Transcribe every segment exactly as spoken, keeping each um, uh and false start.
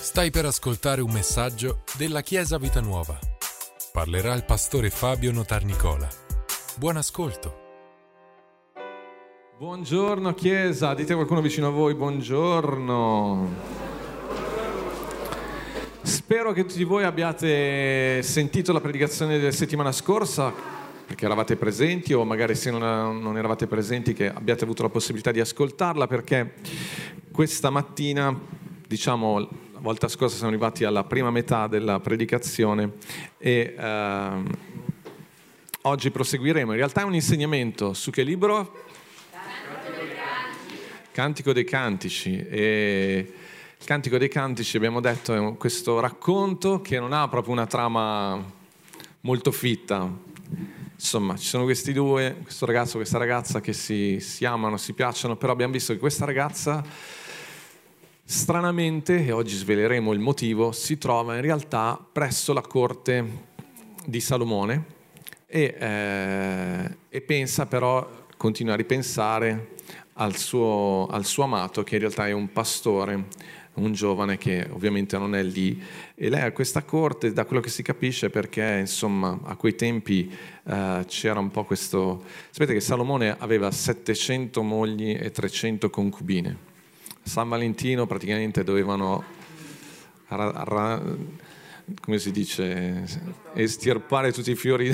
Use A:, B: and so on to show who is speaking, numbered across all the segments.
A: Stai per ascoltare un messaggio della Chiesa Vita Nuova. Parlerà il pastore Fabio Notarnicola. Buon ascolto.
B: Buongiorno Chiesa, dite qualcuno vicino a voi buongiorno. Spero che tutti voi abbiate sentito la predicazione della settimana scorsa, perché eravate presenti, o magari se non, non eravate presenti che abbiate avuto la possibilità di ascoltarla, perché questa mattina, diciamo, la volta scorsa siamo arrivati alla prima metà della predicazione e ehm, oggi proseguiremo. In realtà è un insegnamento su che libro? Cantico dei Cantici. E il Cantico dei Cantici, abbiamo detto, è questo racconto che non ha proprio una trama molto fitta. Insomma, ci sono questi due, questo ragazzo e questa ragazza che si, si amano, si piacciono, però abbiamo visto che questa ragazza, stranamente, e oggi sveleremo il motivo, si trova in realtà presso la corte di Salomone e, eh, e pensa però, continua a ripensare al suo, al suo amato, che in realtà è un pastore, un giovane che ovviamente non è lì, e lei a questa corte, da quello che si capisce, perché insomma a quei tempi eh, c'era un po' questo, sapete che Salomone aveva settecento mogli e trecento concubine. San Valentino praticamente dovevano ra, ra, come si dice, estirpare tutti i fiori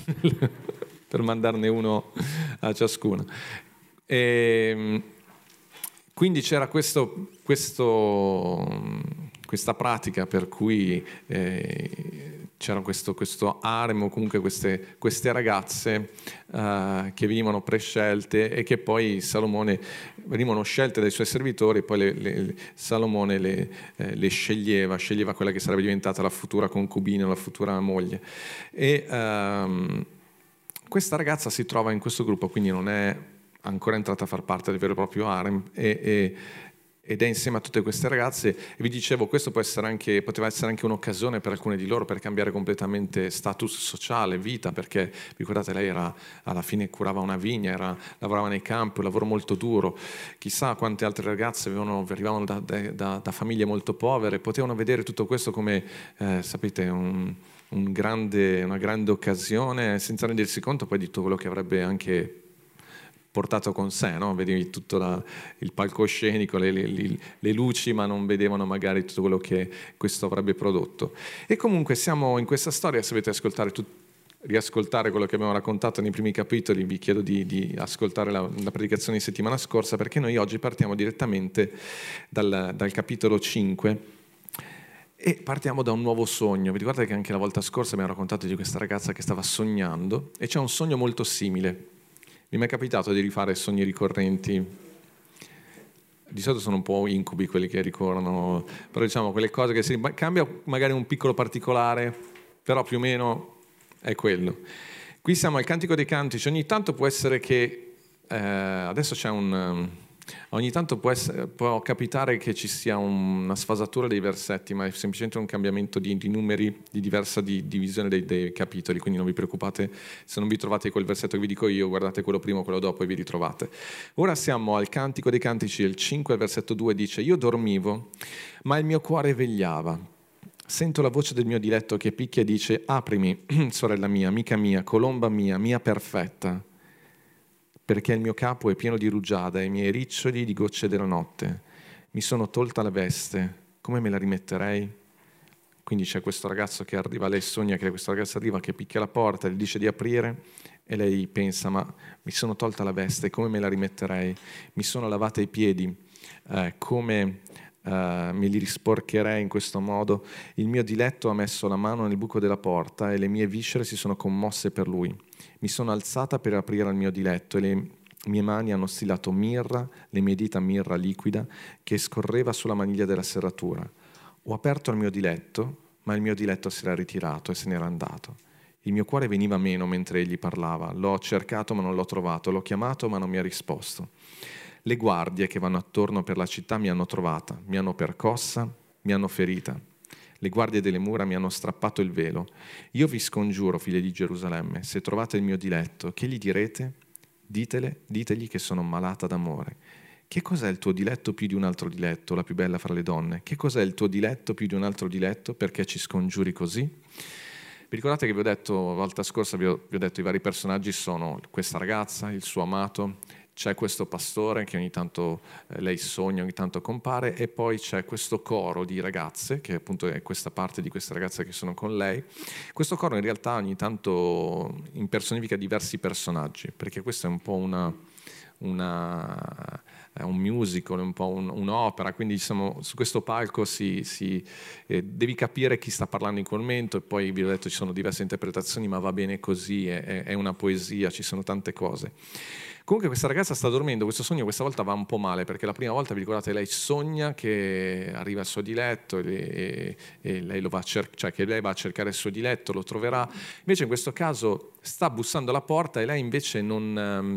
B: per mandarne uno a ciascuna. E quindi c'era questo, questo, questa pratica per cui eh, c'era questo, questo harem, o comunque queste, queste ragazze eh, che venivano prescelte e che poi Salomone venivano scelte dai suoi servitori, e poi le, le, Salomone le, eh, le sceglieva, sceglieva quella che sarebbe diventata la futura concubina, la futura moglie. E ehm, questa ragazza si trova in questo gruppo, quindi non è ancora entrata a far parte del vero e proprio harem, e, e, ed è insieme a tutte queste ragazze. E vi dicevo, questo può essere anche, poteva essere anche un'occasione per alcune di loro per cambiare completamente status sociale, vita, perché vi ricordate, lei era, alla fine curava una vigna, era, lavorava nei campi, un lavoro molto duro. Chissà quante altre ragazze avevano, arrivavano da, da, da famiglie molto povere, potevano vedere tutto questo come, eh, sapete, un, un grande, una grande occasione, senza rendersi conto poi di tutto quello che avrebbe anche portato con sé, no? Vedevi tutto la, il palcoscenico, le, le, le luci, ma non vedevano magari tutto quello che questo avrebbe prodotto. E comunque siamo in questa storia, se volete ascoltare tut, riascoltare quello che abbiamo raccontato nei primi capitoli, vi chiedo di, di ascoltare la, la predicazione di settimana scorsa, perché noi oggi partiamo direttamente dal, dal capitolo cinque e partiamo da un nuovo sogno. Vi ricordate che anche la volta scorsa abbiamo raccontato di questa ragazza che stava sognando, e c'è un sogno molto simile. Mi è mai capitato di rifare sogni ricorrenti? Di solito sono un po' incubi quelli che ricorrono, però diciamo quelle cose che si cambia magari un piccolo particolare, però più o meno è quello. Qui siamo al Cantico dei Cantici. Ogni tanto può essere che eh, adesso c'è un ogni tanto può, essere, può capitare che ci sia una sfasatura dei versetti, ma è semplicemente un cambiamento di, di numeri, di diversa di, divisione dei, dei capitoli, quindi non vi preoccupate se non vi trovate quel versetto che vi dico io, guardate quello prima o quello dopo e vi ritrovate. Ora siamo al Cantico dei Cantici, il cinque, versetto due dice: io dormivo, ma il mio cuore vegliava. Sento la voce del mio diletto che picchia e dice: aprimi, sorella mia, amica mia, colomba mia, mia perfetta, perché il mio capo è pieno di rugiada e i miei riccioli di gocce della notte. Mi sono tolta la veste, come me la rimetterei? Quindi c'è questo ragazzo che arriva, lei sogna che questa ragazza arriva, che picchia la porta, gli dice di aprire, e lei pensa: ma mi sono tolta la veste, come me la rimetterei? Mi sono lavata i piedi, eh, come eh, me li risporcherei in questo modo? Il mio diletto ha messo la mano nel buco della porta e le mie viscere si sono commosse per lui. Mi sono alzata per aprire al mio diletto e le mie mani hanno stilato mirra, le mie dita mirra liquida che scorreva sulla maniglia della serratura. Ho aperto il mio diletto, ma il mio diletto si era ritirato e se n'era andato. Il mio cuore veniva meno mentre egli parlava. L'ho cercato ma non l'ho trovato, l'ho chiamato ma non mi ha risposto. Le guardie che vanno attorno per la città mi hanno trovata, mi hanno percossa, mi hanno ferita. Le guardie delle mura mi hanno strappato il velo. Io vi scongiuro, figlie di Gerusalemme, se trovate il mio diletto, che gli direte? Ditele, ditegli che sono malata d'amore, Che cos'è il tuo diletto più di un altro diletto, la più bella fra le donne? Che cos'è il tuo diletto più di un altro diletto? Perché ci scongiuri così? Vi ricordate che vi ho detto, la volta scorsa vi ho, vi ho detto i vari personaggi sono questa ragazza, il suo amato, c'è questo pastore che ogni tanto eh, lei sogna, ogni tanto compare, e poi c'è questo coro di ragazze, che appunto è questa parte di queste ragazze che sono con lei. Questo coro in realtà ogni tanto impersonifica diversi personaggi, perché questo è un po' una... una è un musical, è un po' un, un'opera, quindi diciamo, su questo palco si, si, eh, devi capire chi sta parlando in quel momento, e poi vi ho detto ci sono diverse interpretazioni, ma va bene così, è, è una poesia, ci sono tante cose. Comunque questa ragazza sta dormendo, questo sogno questa volta va un po' male, perché la prima volta, vi ricordate, lei sogna che arriva al suo diletto e, e, e lei lo va a cer- cioè che lei va a cercare il suo diletto, lo troverà. Invece in questo caso sta bussando alla porta e lei invece non... Um,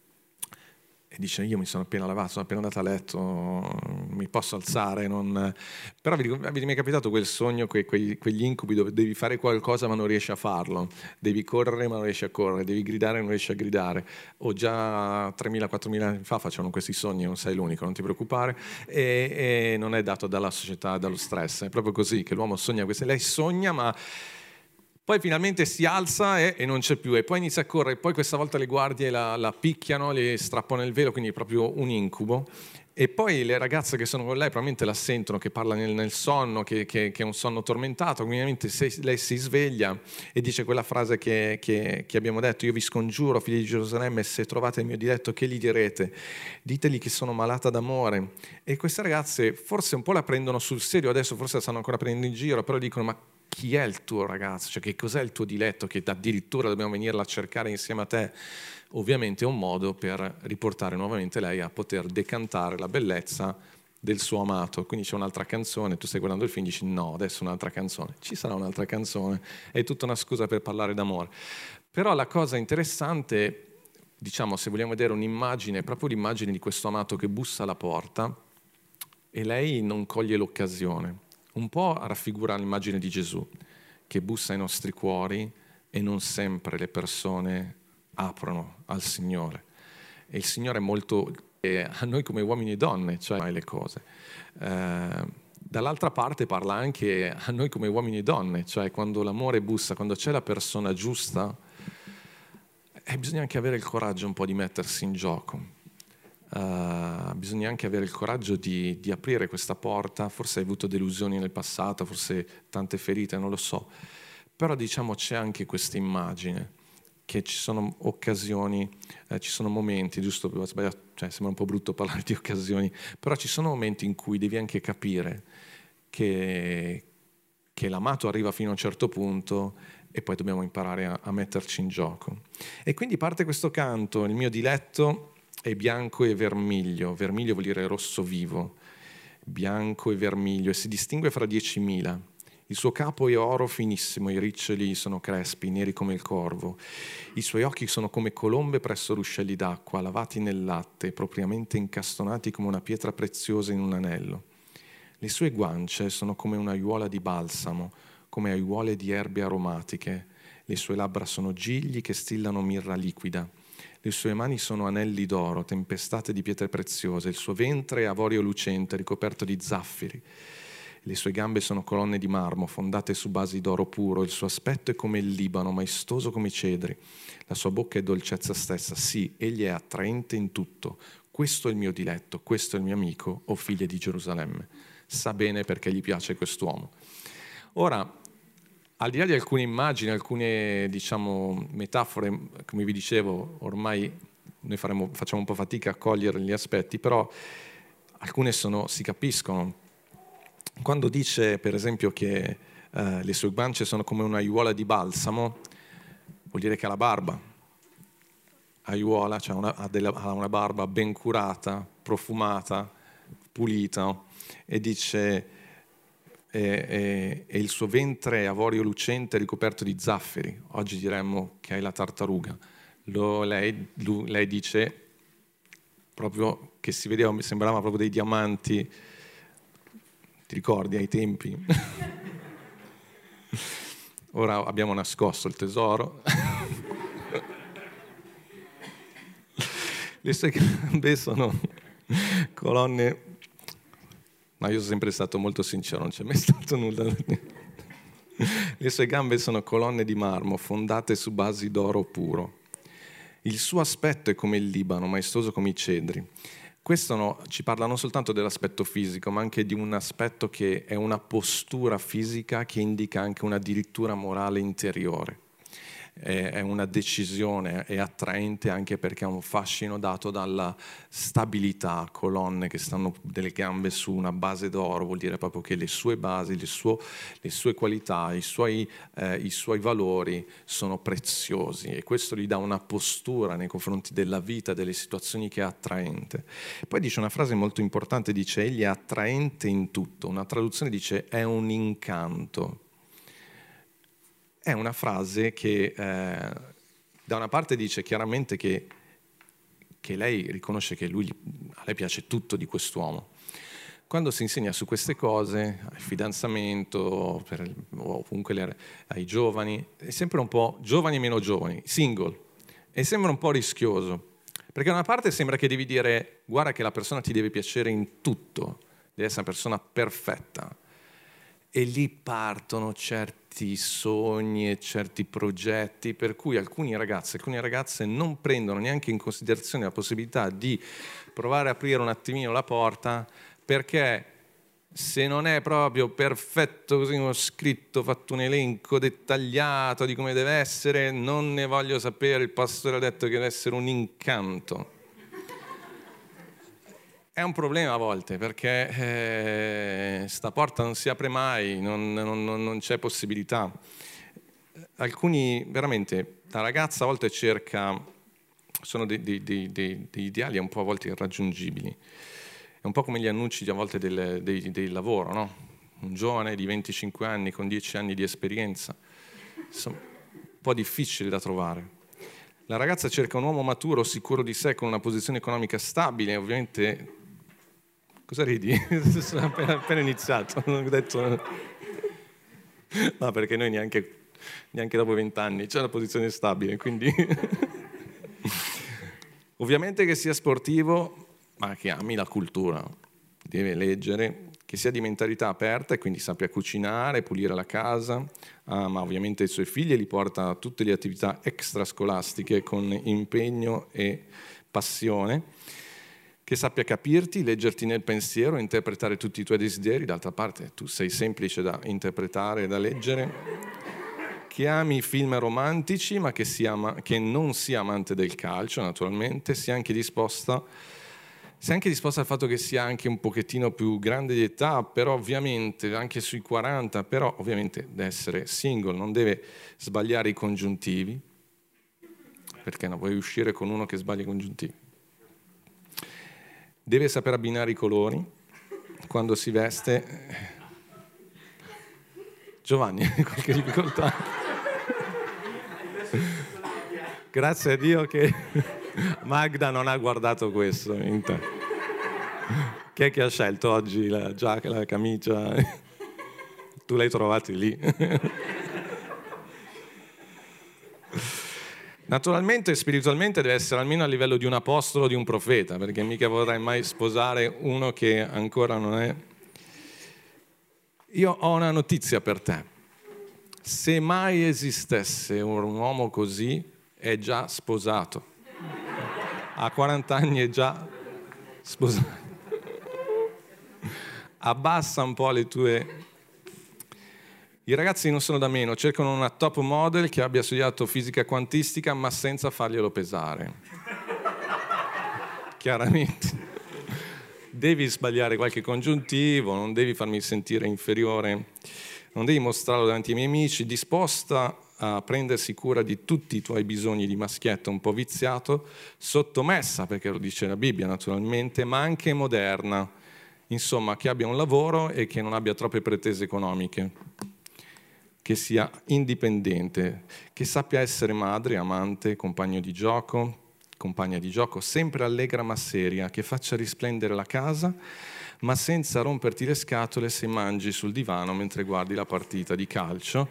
B: e dice: io mi sono appena lavato, sono appena andato a letto, mi posso alzare, non... Però vi, vi è capitato quel sogno, que, quei, quegli incubi dove devi fare qualcosa ma non riesci a farlo, devi correre ma non riesci a correre, devi gridare ma non riesci a gridare. O già tremila quattromila anni fa facevano questi sogni, non sei l'unico, non ti preoccupare, e, e non è dato dalla società, dallo stress, è proprio così che l'uomo sogna queste, lei sogna ma poi finalmente si alza e, e non c'è più, e poi inizia a correre, poi questa volta le guardie la, la picchiano, le strappano il velo, quindi è proprio un incubo. E poi le ragazze che sono con lei probabilmente la sentono che parla nel, nel sonno, che, che, che è un sonno tormentato, quindi lei si sveglia e dice quella frase che, che, che abbiamo detto: io vi scongiuro, figli di Gerusalemme, se trovate il mio diletto, che gli direte? Ditegli che sono malata d'amore. E queste ragazze forse un po' la prendono sul serio, adesso forse la stanno ancora prendendo in giro, però dicono: ma chi è il tuo ragazzo? Cioè, che cos'è il tuo diletto che addirittura dobbiamo venirla a cercare insieme a te? Ovviamente è un modo per riportare nuovamente lei a poter decantare la bellezza del suo amato. Quindi c'è un'altra canzone, tu stai guardando il film e dici: no, adesso un'altra canzone. Ci sarà un'altra canzone, è tutta una scusa per parlare d'amore. Però la cosa interessante, diciamo, se vogliamo vedere un'immagine, è proprio l'immagine di questo amato che bussa alla porta e lei non coglie l'occasione. Un po' raffigura l'immagine di Gesù, che bussa ai nostri cuori e non sempre le persone aprono al Signore. E il Signore è molto... Eh, a noi come uomini e donne, cioè le cose. Eh, dall'altra parte parla anche a noi come uomini e donne, cioè quando l'amore bussa, quando c'è la persona giusta, eh, bisogna anche avere il coraggio un po' di mettersi in gioco. Uh, bisogna anche avere il coraggio di, di aprire questa porta. Forse hai avuto delusioni nel passato, forse tante ferite, non lo so, però diciamo c'è anche questa immagine che ci sono occasioni, eh, ci sono momenti, giusto, cioè sembra un po' brutto parlare di occasioni, però ci sono momenti in cui devi anche capire che, che l'amato arriva fino a un certo punto e poi dobbiamo imparare a, a metterci in gioco. E quindi parte questo canto: il mio diletto è bianco e vermiglio. Vermiglio vuol dire rosso vivo, bianco e vermiglio, e si distingue fra diecimila. Il suo capo è oro finissimo, i riccioli sono crespi, neri come il corvo. I suoi occhi sono come colombe presso ruscelli d'acqua, lavati nel latte, propriamente incastonati come una pietra preziosa in un anello. Le sue guance sono come un'aiuola di balsamo, come aiuole di erbe aromatiche. Le sue labbra sono gigli che stillano mirra liquida. Le sue mani sono anelli d'oro, tempestate di pietre preziose. Il suo ventre è avorio lucente, ricoperto di zaffiri. Le sue gambe sono colonne di marmo, fondate su basi d'oro puro. Il suo aspetto è come il Libano, maestoso come i cedri. La sua bocca è dolcezza stessa. Sì, egli è attraente in tutto. Questo è il mio diletto, questo è il mio amico, o figlie di Gerusalemme. Sa bene perché gli piace quest'uomo. Ora, al di là di alcune immagini, alcune diciamo metafore, come vi dicevo, ormai noi faremo, facciamo un po' fatica a cogliere gli aspetti, però alcune sono, si capiscono. Quando dice, per esempio, che eh, le sue guance sono come un'aiuola di balsamo, vuol dire che ha la barba. Aiuola, cioè una, ha, della, ha una barba ben curata, profumata, pulita, e dice... E, e, e il suo ventre è avorio lucente ricoperto di zaffiri. Oggi diremmo che è la tartaruga. Lo, lei, lui, lei dice proprio che si vedeva, mi sembrava proprio dei diamanti. Ti ricordi ai tempi? Ora abbiamo nascosto il tesoro. Le sue gambe sono colonne... Ma io sono sempre stato molto sincero, non c'è mai stato nulla da dire. Le sue gambe sono colonne di marmo fondate su basi d'oro puro. Il suo aspetto è come il Libano, maestoso come i cedri. Questo no, ci parla non soltanto dell'aspetto fisico, ma anche di un aspetto che è una postura fisica che indica anche una dirittura morale interiore. È una decisione, è attraente anche perché ha un fascino dato dalla stabilità, colonne che stanno delle gambe su una base d'oro, vuol dire proprio che le sue basi, le, suo, le sue qualità, i suoi, eh, i suoi valori sono preziosi e questo gli dà una postura nei confronti della vita, delle situazioni che è attraente. Poi dice una frase molto importante, dice egli è attraente in tutto, una traduzione dice è un incanto. È una frase che eh, da una parte dice chiaramente che, che lei riconosce che lui, a lei piace tutto di quest'uomo. Quando si insegna su queste cose, al fidanzamento, per, o comunque le, ai giovani, è sempre un po' giovani e meno giovani, single, e sembra un po' rischioso, perché da una parte sembra che devi dire guarda che la persona ti deve piacere in tutto, deve essere una persona perfetta, e lì partono certi sogni e certi progetti per cui alcuni ragazzi e alcune ragazze non prendono neanche in considerazione la possibilità di provare a aprire un attimino la porta, perché se non è proprio perfetto così uno scritto, fatto un elenco dettagliato di come deve essere, non ne voglio sapere, il pastore ha detto che deve essere un incanto. È un problema a volte perché eh, sta porta non si apre mai, non, non, non c'è possibilità. Alcuni, veramente, la ragazza a volte cerca, sono dei, dei, dei, dei, dei ideali un po' a volte irraggiungibili. È un po' come gli annunci a volte del, del, del lavoro, no? Un giovane di venticinque anni con dieci anni di esperienza, insomma, un po' difficile da trovare. La ragazza cerca un uomo maturo, sicuro di sé, con una posizione economica stabile, ovviamente... Cosa ridi? Sono appena, appena iniziato, non ho detto... No, perché noi neanche, neanche dopo vent'anni c'è una posizione stabile, quindi... Ovviamente che sia sportivo, ma che ami la cultura, deve leggere, che sia di mentalità aperta e quindi sappia cucinare, pulire la casa, ama ovviamente i suoi figli e li porta a tutte le attività extrascolastiche con impegno e passione, che sappia capirti, leggerti nel pensiero, interpretare tutti i tuoi desideri, d'altra parte tu sei semplice da interpretare e da leggere, che ami i film romantici ma che, sia, che non sia amante del calcio naturalmente, sia anche disposta, sia anche disposta al fatto che sia anche un pochettino più grande di età, però ovviamente anche sui quaranta, però ovviamente deve essere single, non deve sbagliare i congiuntivi, perché non vuoi uscire con uno che sbaglia i congiuntivi. Deve saper abbinare i colori quando si veste. Giovanni, qualche difficoltà? Grazie a Dio che Magda non ha guardato questo in te. Chi è che ha scelto oggi la giacca, la camicia? Tu l'hai trovati lì. Naturalmente, spiritualmente deve essere almeno a livello di un apostolo o di un profeta, perché mica vorrai mai sposare uno che ancora non è. Io ho una notizia per te. Se mai esistesse un uomo così, è già sposato. A quaranta anni è già sposato. Abbassa un po' le tue... I ragazzi non sono da meno, cercano una top model che abbia studiato fisica quantistica ma senza farglielo pesare. Chiaramente. Devi sbagliare qualche congiuntivo, non devi farmi sentire inferiore, non devi mostrarlo davanti ai miei amici, disposta a prendersi cura di tutti i tuoi bisogni di maschietto un po' viziato, sottomessa, perché lo dice la Bibbia naturalmente, ma anche moderna. Insomma, che abbia un lavoro e che non abbia troppe pretese economiche. Che sia indipendente, che sappia essere madre, amante, compagno di gioco, compagna di gioco, sempre allegra ma seria, che faccia risplendere la casa, ma senza romperti le scatole se mangi sul divano mentre guardi la partita di calcio.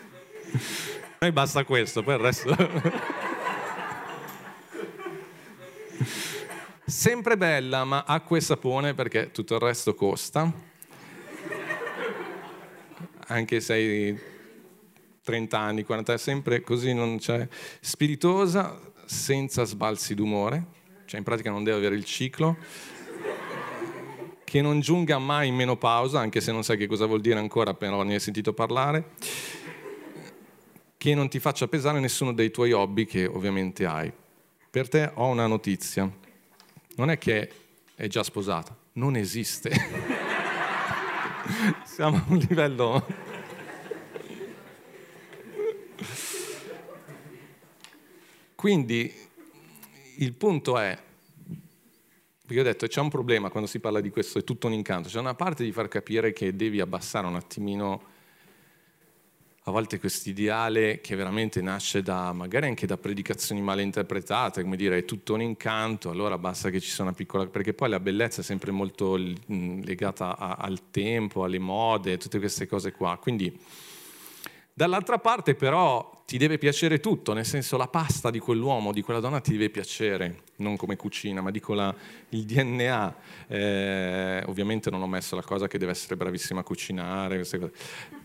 B: A me basta questo, poi il resto... Sempre bella, ma acqua e sapone, perché tutto il resto costa. Anche se hai trenta anni, quaranta, sempre così, non c'è. Spiritosa, senza sbalzi d'umore, cioè in pratica non deve avere il ciclo. Che non giunga mai in menopausa, anche se non sai che cosa vuol dire ancora, però ne hai sentito parlare. Che non ti faccia pesare nessuno dei tuoi hobby che ovviamente hai. Per te ho una notizia. Non è che è già sposata, non esiste. Siamo a un livello... Quindi il punto è, perché ho detto c'è un problema quando si parla di questo, è tutto un incanto, c'è una parte di far capire che devi abbassare un attimino a volte questo ideale che veramente nasce da magari anche da predicazioni male interpretate, come dire è tutto un incanto, allora basta che ci sia una piccola, perché poi la bellezza è sempre molto legata a, al tempo, alle mode, tutte queste cose qua, quindi dall'altra parte però ti deve piacere tutto, nel senso la pasta di quell'uomo, di quella donna ti deve piacere, non come cucina, ma dico la, il D N A. Eh, ovviamente non ho messo la cosa che deve essere bravissima a cucinare, queste cose.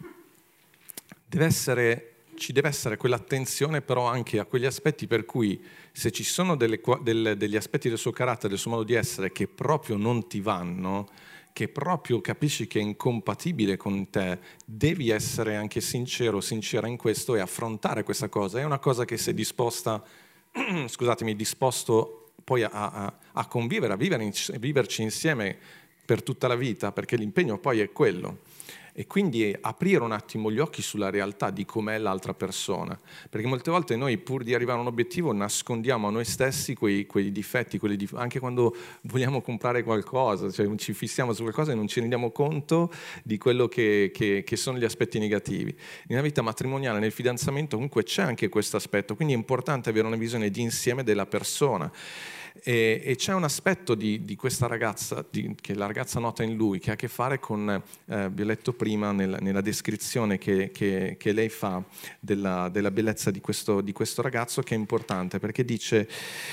B: Deve essere, ci deve essere quell'attenzione però anche a quegli aspetti per cui se ci sono delle, delle, degli aspetti del suo carattere, del suo modo di essere che proprio non ti vanno, che proprio capisci che è incompatibile con te, devi essere anche sincero, sincera in questo e affrontare questa cosa. È una cosa che sei disposta, scusatemi, disposto poi a, a, a convivere, a vivere, a viverci insieme per tutta la vita, perché l'impegno poi è quello. E quindi aprire un attimo gli occhi sulla realtà di com'è l'altra persona, perché molte volte noi pur di arrivare a un obiettivo nascondiamo a noi stessi quei, quei difetti, quelli dif- anche quando vogliamo comprare qualcosa, cioè ci fissiamo su qualcosa e non ci rendiamo conto di quello che, che, che sono gli aspetti negativi. Nella vita matrimoniale, nel fidanzamento comunque c'è anche questo aspetto, quindi è importante avere una visione di insieme della persona. E, e c'è un aspetto di, di questa ragazza, di, che la ragazza nota in lui, che ha a che fare con, eh, vi ho letto prima nella, nella descrizione che, che, che lei fa della, della bellezza di questo, di questo ragazzo, che è importante, perché dice,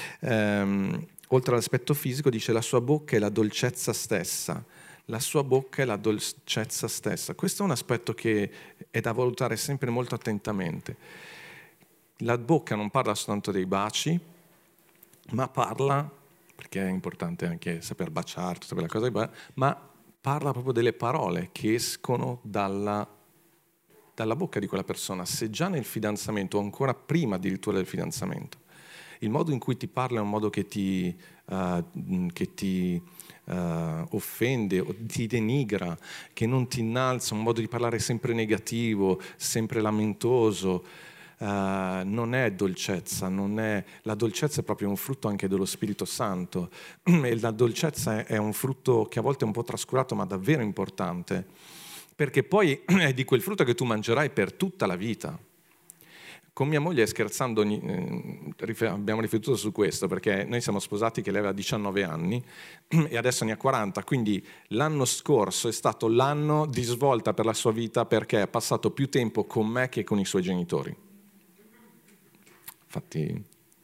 B: ehm, oltre all'aspetto fisico, dice la sua bocca è la dolcezza stessa. La sua bocca è la dolcezza stessa. Questo è un aspetto che è da valutare sempre molto attentamente. La bocca non parla soltanto dei baci, ma parla, perché è importante anche saper baciare, tutta quella cosa, ma parla proprio delle parole che escono dalla, dalla bocca di quella persona, se già nel fidanzamento o ancora prima addirittura del fidanzamento. Il modo in cui ti parla è un modo che ti, uh, che ti uh, offende o ti denigra, che non ti innalza, un modo di parlare sempre negativo, sempre lamentoso. Uh, non è dolcezza, non è, la dolcezza è proprio un frutto anche dello Spirito Santo e la dolcezza è, è un frutto che a volte è un po' trascurato ma davvero importante, perché poi è di quel frutto che tu mangerai per tutta la vita. Con mia moglie, scherzando, eh, abbiamo riflettuto su questo, perché noi siamo sposati che lei aveva diciannove anni e adesso ne ha quaranta, quindi l'anno scorso è stato l'anno di svolta per la sua vita, perché ha passato più tempo con me che con i suoi genitori. Infatti,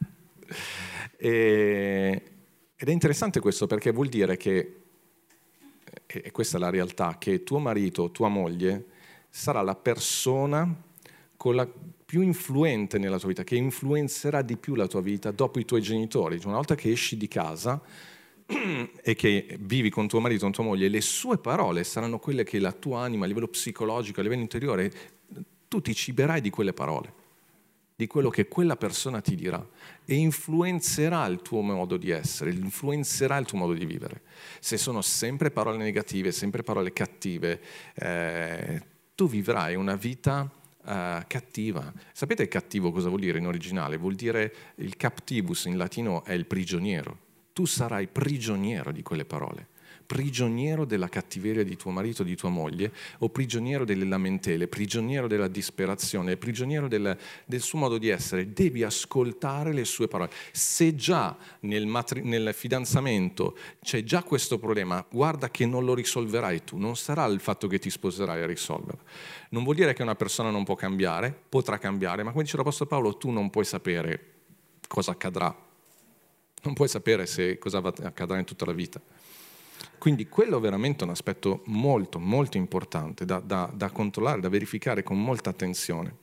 B: e, ed è interessante questo, perché vuol dire che, e questa è la realtà, che tuo marito o tua moglie sarà la persona con la più influente nella tua vita, che influenzerà di più la tua vita dopo i tuoi genitori. Una volta che esci di casa e che vivi con tuo marito o con tua moglie, le sue parole saranno quelle che la tua anima a livello psicologico, a livello interiore, tu ti ciberai di quelle parole, di quello che quella persona ti dirà, e influenzerà il tuo modo di essere, influenzerà il tuo modo di vivere. Se sono sempre parole negative, sempre parole cattive, eh, tu vivrai una vita eh, cattiva. Sapete cattivo cosa vuol dire in originale? Vuol dire, il captivus in latino è il prigioniero. Tu sarai prigioniero di quelle parole. Prigioniero della cattiveria di tuo marito o di tua moglie, o prigioniero delle lamentele, prigioniero della disperazione, prigioniero del, del suo modo di essere. Devi ascoltare le sue parole. Se già nel, matri- nel fidanzamento c'è già questo problema, guarda che non lo risolverai tu, non sarà il fatto che ti sposerai a risolverlo. Non vuol dire che una persona non può cambiare, potrà cambiare, ma come dice l'Apostolo Paolo, tu non puoi sapere cosa accadrà. non puoi sapere se cosa accadrà in tutta la vita. Quindi quello è veramente un aspetto molto, molto importante da, da, da controllare, da verificare con molta attenzione.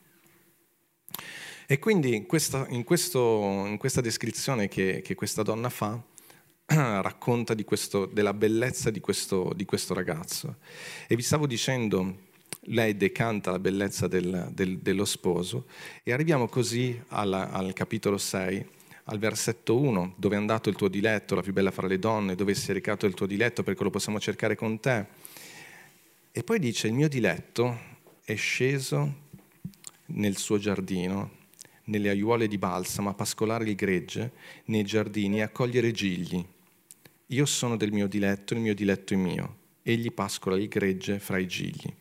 B: E quindi in questa, in questo, in questa descrizione che, che questa donna fa, racconta di questo, della bellezza di questo, di questo ragazzo. E vi stavo dicendo, lei decanta la bellezza del, del, dello sposo, e arriviamo così alla, al capitolo sei, al versetto uno, dove è andato il tuo diletto, la più bella fra le donne, dove si è recato il tuo diletto, perché lo possiamo cercare con te. E poi dice, il mio diletto è sceso nel suo giardino, nelle aiuole di balsamo, a pascolare il gregge, nei giardini, e a cogliere gigli. Io sono del mio diletto, il mio diletto è mio. Egli pascola il gregge fra i gigli.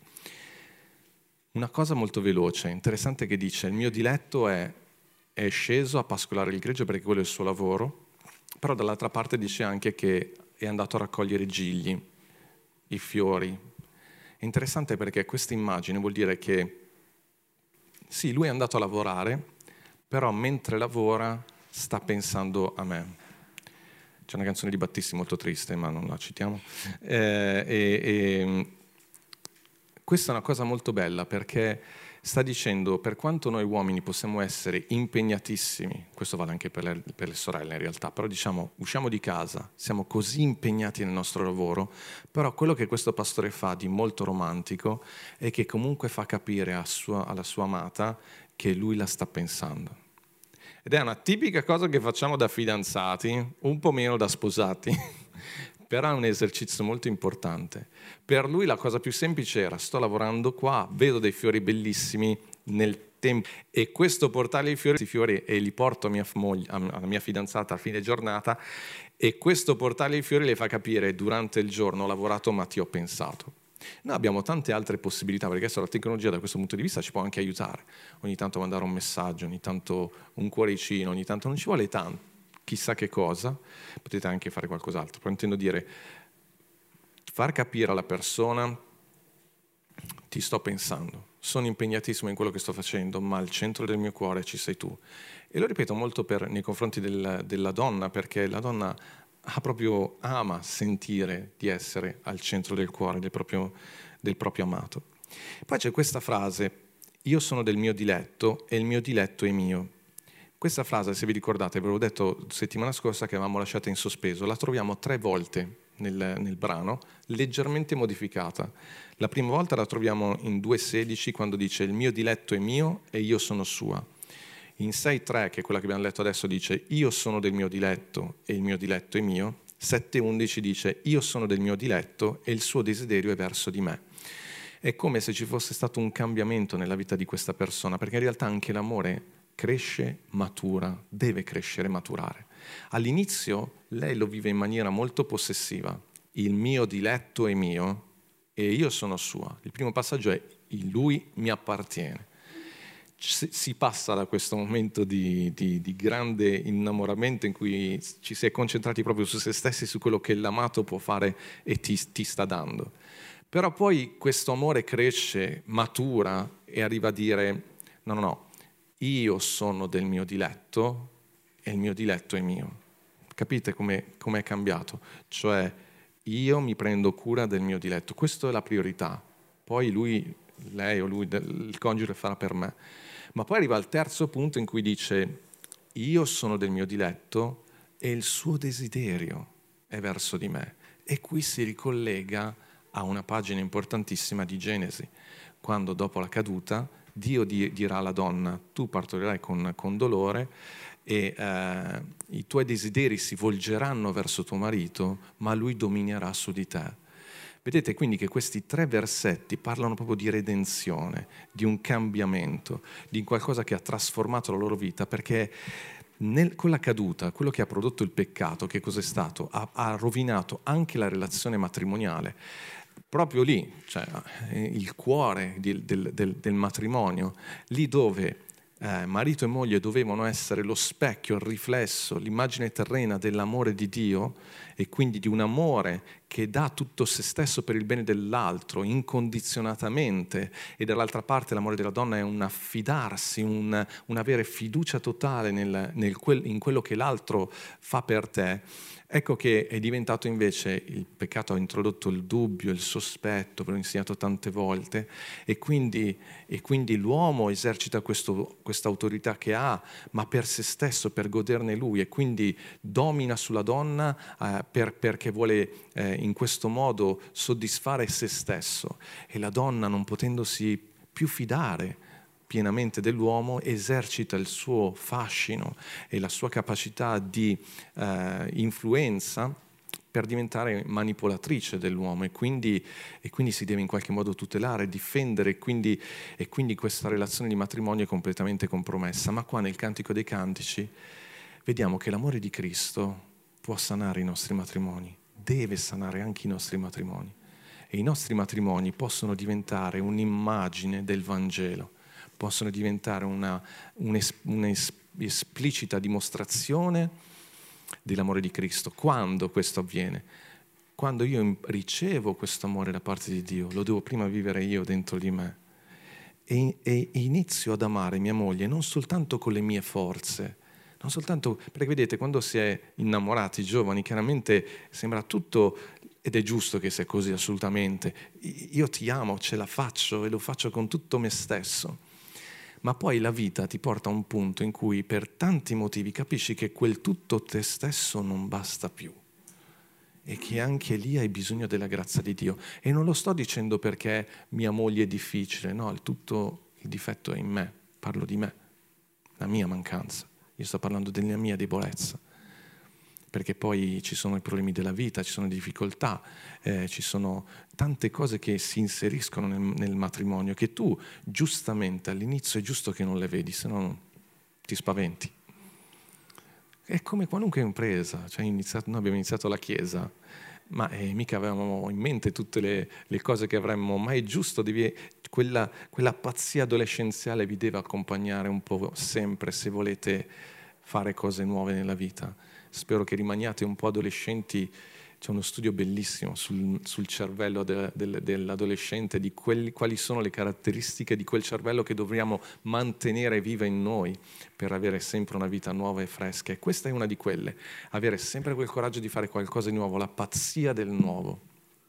B: Una cosa molto veloce, interessante, che dice, il mio diletto è, è sceso a pascolare il gregge perché quello è il suo lavoro, però dall'altra parte dice anche che è andato a raccogliere gigli, i fiori. È interessante perché questa immagine vuol dire che sì, lui è andato a lavorare, però mentre lavora sta pensando a me. C'è una canzone di Battisti molto triste, ma non la citiamo. Eh, e, e, questa è una cosa molto bella, perché sta dicendo, per quanto noi uomini possiamo essere impegnatissimi, questo vale anche per le, per le sorelle in realtà, però diciamo, usciamo di casa, siamo così impegnati nel nostro lavoro, però quello che questo pastore fa di molto romantico è che comunque fa capire a sua, alla sua amata che lui la sta pensando. Ed è una tipica cosa che facciamo da fidanzati, un po' meno da sposati, però è un esercizio molto importante. Per lui la cosa più semplice era, sto lavorando qua, vedo dei fiori bellissimi nel tempo, e questo portare i fiori, i fiori e li porto a mia moglie, alla mia fidanzata a fine giornata, e questo portare i fiori le fa capire, durante il giorno ho lavorato ma ti ho pensato. Noi abbiamo tante altre possibilità, perché adesso la tecnologia da questo punto di vista ci può anche aiutare. Ogni tanto mandare un messaggio, ogni tanto un cuoricino, ogni tanto non ci vuole tanto, chissà che cosa, potete anche fare qualcos'altro. Però intendo dire, far capire alla persona, ti sto pensando, sono impegnatissimo in quello che sto facendo, ma al centro del mio cuore ci sei tu. E lo ripeto molto per, nei confronti del, della donna, perché la donna ha proprio, ama sentire di essere al centro del cuore del proprio, del proprio amato. Poi c'è questa frase, io sono del mio diletto e il mio diletto è mio. Questa frase, se vi ricordate, ve l'ho detto settimana scorsa che avevamo lasciata in sospeso, la troviamo tre volte nel, nel brano, leggermente modificata. La prima volta la troviamo in due sedici, quando dice il mio diletto è mio e io sono sua. In sei tre, che è quella che abbiamo letto adesso, dice io sono del mio diletto e il mio diletto è mio. sette undici dice io sono del mio diletto e il suo desiderio è verso di me. È come se ci fosse stato un cambiamento nella vita di questa persona, perché in realtà anche l'amore cresce, matura, deve crescere e maturare. All'inizio lei lo vive in maniera molto possessiva. Il mio diletto è mio e io sono sua. Il primo passaggio è lui mi appartiene. Si passa da questo momento di, di, di grande innamoramento in cui ci si è concentrati proprio su se stessi, su quello che l'amato può fare e ti, ti sta dando. Però poi questo amore cresce, matura e arriva a dire no, no, no, io sono del mio diletto e il mio diletto è mio. Capite come è cambiato? Cioè io mi prendo cura del mio diletto, questa è la priorità. Poi lui, lei o lui, il coniuge farà per me. Ma poi arriva al terzo punto in cui dice io sono del mio diletto e il suo desiderio è verso di me. E qui si ricollega a una pagina importantissima di Genesi, quando dopo la caduta Dio dirà alla donna tu partorirai con, con dolore e eh, i tuoi desideri si volgeranno verso tuo marito, ma lui dominerà su di te. Vedete quindi che questi tre versetti parlano proprio di redenzione, di un cambiamento, di qualcosa che ha trasformato la loro vita, perché nel, con la caduta, quello che ha prodotto il peccato, che cos'è stato? Ha, ha rovinato anche la relazione matrimoniale. Proprio lì, cioè il cuore di, del, del, del matrimonio, lì dove eh, marito e moglie dovevano essere lo specchio, il riflesso, l'immagine terrena dell'amore di Dio e quindi di un amore che dà tutto se stesso per il bene dell'altro, incondizionatamente, e dall'altra parte l'amore della donna è un affidarsi, un, un avere fiducia totale nel, nel quel, in quello che l'altro fa per te. Ecco che è diventato invece, il peccato ha introdotto il dubbio, il sospetto, ve l'ho insegnato tante volte, e quindi, e quindi l'uomo esercita questo, questa autorità che ha, ma per se stesso, per goderne lui, e quindi domina sulla donna eh, per, perché vuole eh, in questo modo soddisfare se stesso, e la donna, non potendosi più fidare pienamente dell'uomo, esercita il suo fascino e la sua capacità di eh, influenza per diventare manipolatrice dell'uomo, e quindi, e quindi si deve in qualche modo tutelare, difendere, e quindi, e quindi questa relazione di matrimonio è completamente compromessa. Ma qua nel Cantico dei Cantici vediamo che l'amore di Cristo può sanare i nostri matrimoni, deve sanare anche i nostri matrimoni, e i nostri matrimoni possono diventare un'immagine del Vangelo, possono diventare una, un'esplicita dimostrazione dell'amore di Cristo. Quando questo avviene? Quando io ricevo questo amore da parte di Dio, lo devo prima vivere io dentro di me, e, e inizio ad amare mia moglie non soltanto con le mie forze, non soltanto, perché vedete, quando si è innamorati giovani, chiaramente sembra tutto, ed è giusto che sia così assolutamente, io ti amo, ce la faccio e lo faccio con tutto me stesso. Ma poi la vita ti porta a un punto in cui per tanti motivi capisci che quel tutto te stesso non basta più, e che anche lì hai bisogno della grazia di Dio. E non lo sto dicendo perché mia moglie è difficile, no, il tutto, il difetto è in me, parlo di me, la mia mancanza, io sto parlando della mia debolezza, perché poi ci sono i problemi della vita, ci sono difficoltà, eh, ci sono tante cose che si inseriscono nel, nel matrimonio, che tu giustamente all'inizio è giusto che non le vedi, se no ti spaventi. È come qualunque impresa, cioè iniziato, noi abbiamo iniziato la Chiesa, ma eh, mica avevamo in mente tutte le, le cose che avremmo, ma è giusto, devi, quella, quella pazzia adolescenziale vi deve accompagnare un po' sempre se volete fare cose nuove nella vita. Spero che rimaniate un po' adolescenti. C'è uno studio bellissimo sul, sul cervello de, de, dell'adolescente, di quelli, quali sono le caratteristiche di quel cervello che dovremmo mantenere viva in noi per avere sempre una vita nuova e fresca. E questa è una di quelle, avere sempre quel coraggio di fare qualcosa di nuovo, la pazzia del nuovo.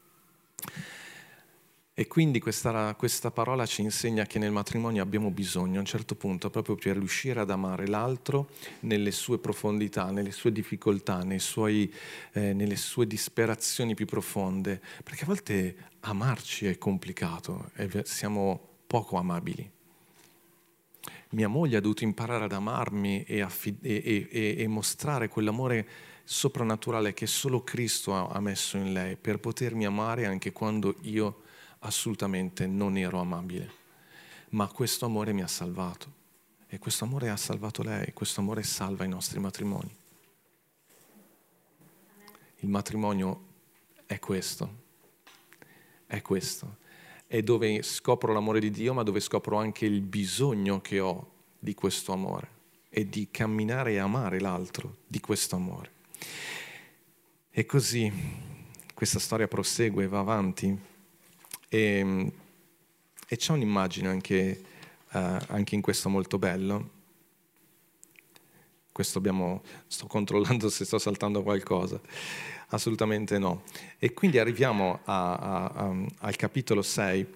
B: E quindi questa, questa parola ci insegna che nel matrimonio abbiamo bisogno a un certo punto, proprio per riuscire ad amare l'altro nelle sue profondità, nelle sue difficoltà, nei suoi, eh, nelle sue disperazioni più profonde, perché a volte amarci è complicato e siamo poco amabili. Mia moglie ha dovuto imparare ad amarmi e, affid- e, e, e mostrare quell'amore soprannaturale che solo Cristo ha, ha messo in lei, per potermi amare anche quando io assolutamente non ero amabile, ma questo amore mi ha salvato, e questo amore ha salvato lei, questo amore salva i nostri matrimoni. Il matrimonio è questo, è questo, è dove scopro l'amore di Dio, ma dove scopro anche il bisogno che ho di questo amore e di camminare e amare l'altro di questo amore. E così questa storia prosegue, va avanti. E, e c'è un'immagine anche, uh, anche in questo molto bello. Questo abbiamo, sto controllando se sto saltando qualcosa. Assolutamente no. E quindi arriviamo a, a, a, al capitolo sei.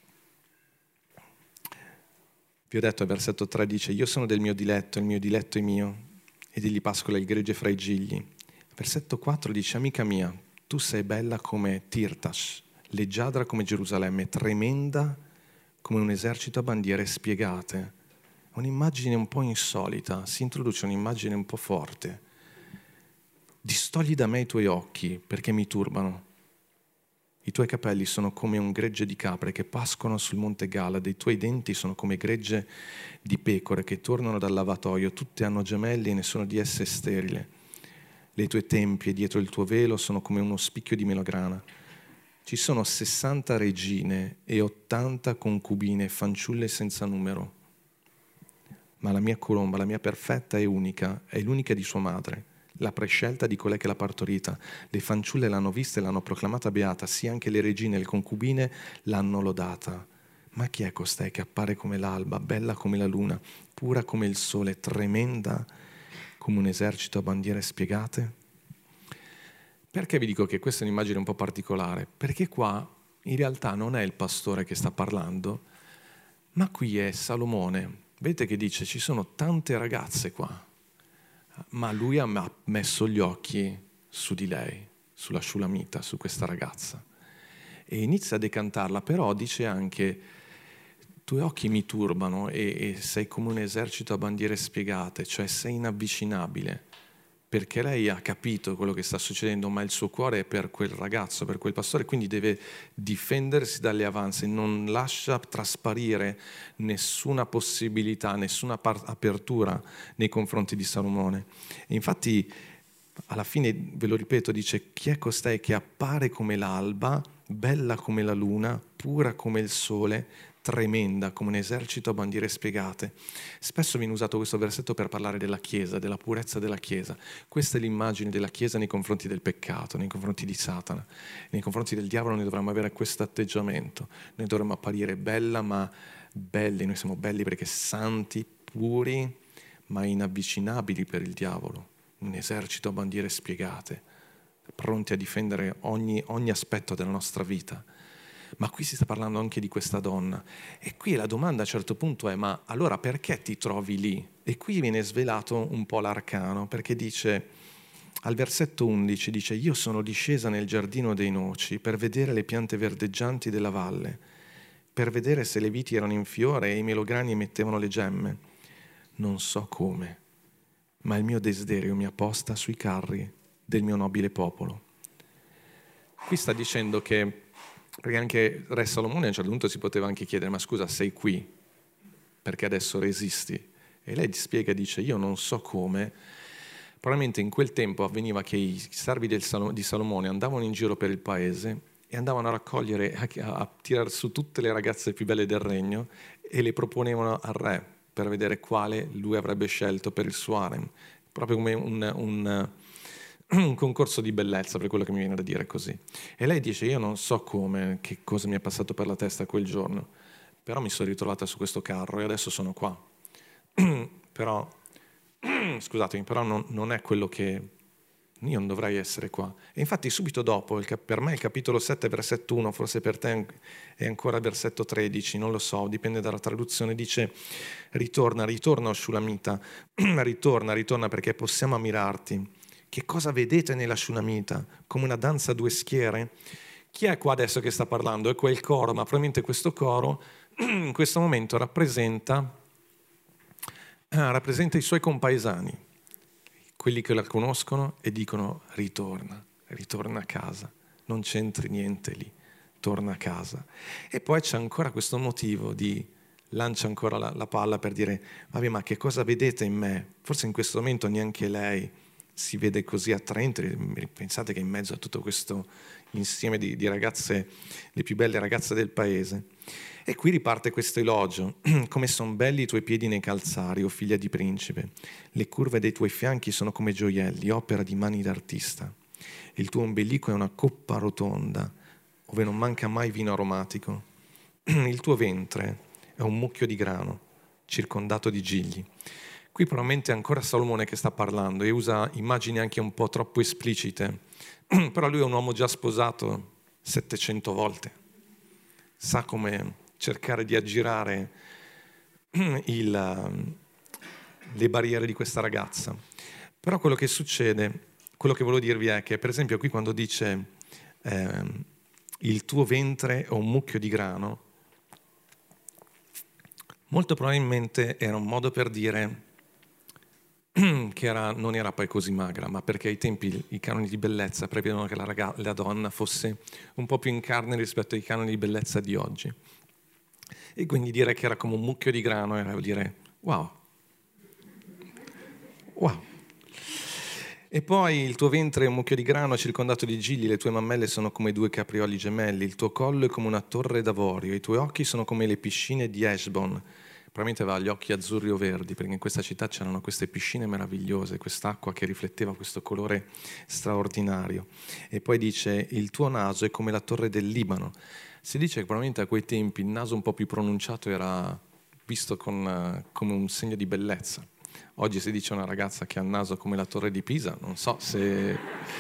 B: Vi ho detto, al versetto tre dice: io sono del mio diletto, il mio diletto è mio, ed egli pascola il gregge fra i gigli. Versetto quattro dice: amica mia, tu sei bella come Tirtash, leggiadra come Gerusalemme, tremenda come un esercito a bandiere spiegate. Un'immagine un po' insolita, si introduce un'immagine un po' forte. Distogli da me i tuoi occhi, perché mi turbano. I tuoi capelli sono come un gregge di capre che pascono sul monte Galade, i tuoi denti sono come gregge di pecore che tornano dal lavatoio, tutte hanno gemelli e nessuno di esse è sterile. Le tue tempie dietro il tuo velo sono come uno spicchio di melograna. Ci sono sessanta regine e ottanta concubine, fanciulle senza numero. ma la mia colomba, la mia perfetta e unica, è l'unica di sua madre, la prescelta di colei che l'ha partorita. Le fanciulle l'hanno vista e l'hanno proclamata beata, sì anche le regine e le concubine l'hanno lodata. Ma chi è costei che appare come l'alba, bella come la luna, pura come il sole, tremenda come un esercito a bandiere spiegate? Perché vi dico che questa è un'immagine un po' particolare? Perché qua in realtà non è il pastore che sta parlando, ma qui è Salomone. Vedete che dice, ci sono tante ragazze qua, ma lui ha messo gli occhi su di lei, sulla Shulamita, su questa ragazza. E inizia a decantarla, però dice anche, i tuoi occhi mi turbano e, e sei come un esercito a bandiere spiegate, cioè sei inavvicinabile, perché lei ha capito quello che sta succedendo, ma il suo cuore è per quel ragazzo, per quel pastore, quindi deve difendersi dalle avanze, non lascia trasparire nessuna possibilità, nessuna par- apertura nei confronti di Salomone. E infatti, alla fine, ve lo ripeto, dice, chi è costei che appare come l'alba, bella come la luna, pura come il sole, tremenda come un esercito a bandiere spiegate. Spesso viene usato questo versetto per parlare della Chiesa, della purezza della Chiesa. Questa è l'immagine della Chiesa nei confronti del peccato, nei confronti di Satana. Nei confronti del diavolo noi dovremmo avere questo atteggiamento. Noi dovremmo apparire bella ma belli, noi siamo belli perché santi, puri, ma inavvicinabili per il diavolo. Un esercito a bandiere spiegate, pronti a difendere ogni, ogni aspetto della nostra vita. Ma qui si sta parlando anche di questa donna. E qui la domanda a un certo punto è, ma allora perché ti trovi lì? E qui viene svelato un po' l'arcano, perché dice, al versetto undici, dice, io sono discesa nel giardino dei noci per vedere le piante verdeggianti della valle, per vedere se le viti erano in fiore e i melograni emettevano le gemme. Non so come, ma il mio desiderio mi ha posta sui carri del mio nobile popolo. Qui sta dicendo che, perché anche Re Salomone a un certo punto si poteva anche chiedere, ma scusa, sei qui, perché adesso resisti? E lei spiega, dice, io non so come, probabilmente in quel tempo avveniva che i servi del Sal- di Salomone andavano in giro per il paese e andavano a raccogliere, a, a tirare su tutte le ragazze più belle del regno e le proponevano al re per vedere quale lui avrebbe scelto per il suo harem, proprio come un... un un concorso di bellezza, per quello che mi viene da dire così. E lei dice, io non so come, che cosa mi è passato per la testa quel giorno, però mi sono ritrovata su questo carro e adesso sono qua. Però, scusatemi, però non, non è quello che... Io non dovrei essere qua. E infatti subito dopo, il, per me il capitolo sette, versetto uno, forse per te è ancora versetto tredici, non lo so, dipende dalla traduzione, dice, ritorna, ritorna, o Shulamita, ritorna, ritorna perché possiamo ammirarti. Che cosa vedete nella Shulamita? Come una danza a due schiere? Chi è qua adesso che sta parlando? È quel coro, ma probabilmente questo coro in questo momento rappresenta, eh, rappresenta i suoi compaesani, quelli che la conoscono e dicono ritorna, ritorna a casa, non c'entri niente lì, torna a casa. E poi c'è ancora questo motivo di, lancia ancora la, la palla per dire, vabbè, ma che cosa vedete in me? Forse in questo momento neanche lei si vede così attraente. Pensate che in mezzo a tutto questo insieme di, di ragazze, le più belle ragazze del paese. E qui riparte questo elogio, come sono belli i tuoi piedi nei calzari, o figlia di principe, le curve dei tuoi fianchi sono come gioielli, opera di mani d'artista, il tuo ombelico è una coppa rotonda, ove non manca mai vino aromatico, il tuo ventre è un mucchio di grano, circondato di gigli. Qui probabilmente è ancora Salomone che sta parlando e usa immagini anche un po' troppo esplicite, però lui è un uomo già sposato settecento volte, sa come cercare di aggirare il, le barriere di questa ragazza. Però quello che succede, quello che volevo dirvi è che, per esempio, qui quando dice eh, il tuo ventre è un mucchio di grano, molto probabilmente era un modo per dire che era, non era poi così magra, ma perché ai tempi i canoni di bellezza prevedono che la, raga, la donna fosse un po' più in carne rispetto ai canoni di bellezza di oggi. E quindi dire che era come un mucchio di grano era dire wow, wow. E poi il tuo ventre è un mucchio di grano circondato di gigli, le tue mammelle sono come due caprioli gemelli, il tuo collo è come una torre d'avorio, i tuoi occhi sono come le piscine di Heshbon, probabilmente aveva gli occhi azzurri o verdi, perché in questa città c'erano queste piscine meravigliose, quest'acqua che rifletteva questo colore straordinario. E poi dice: il tuo naso è come la torre del Libano. Si dice che probabilmente a quei tempi il naso un po' più pronunciato era visto con, come un segno di bellezza. Oggi si dice a una ragazza che ha il naso come la torre di Pisa, non so se,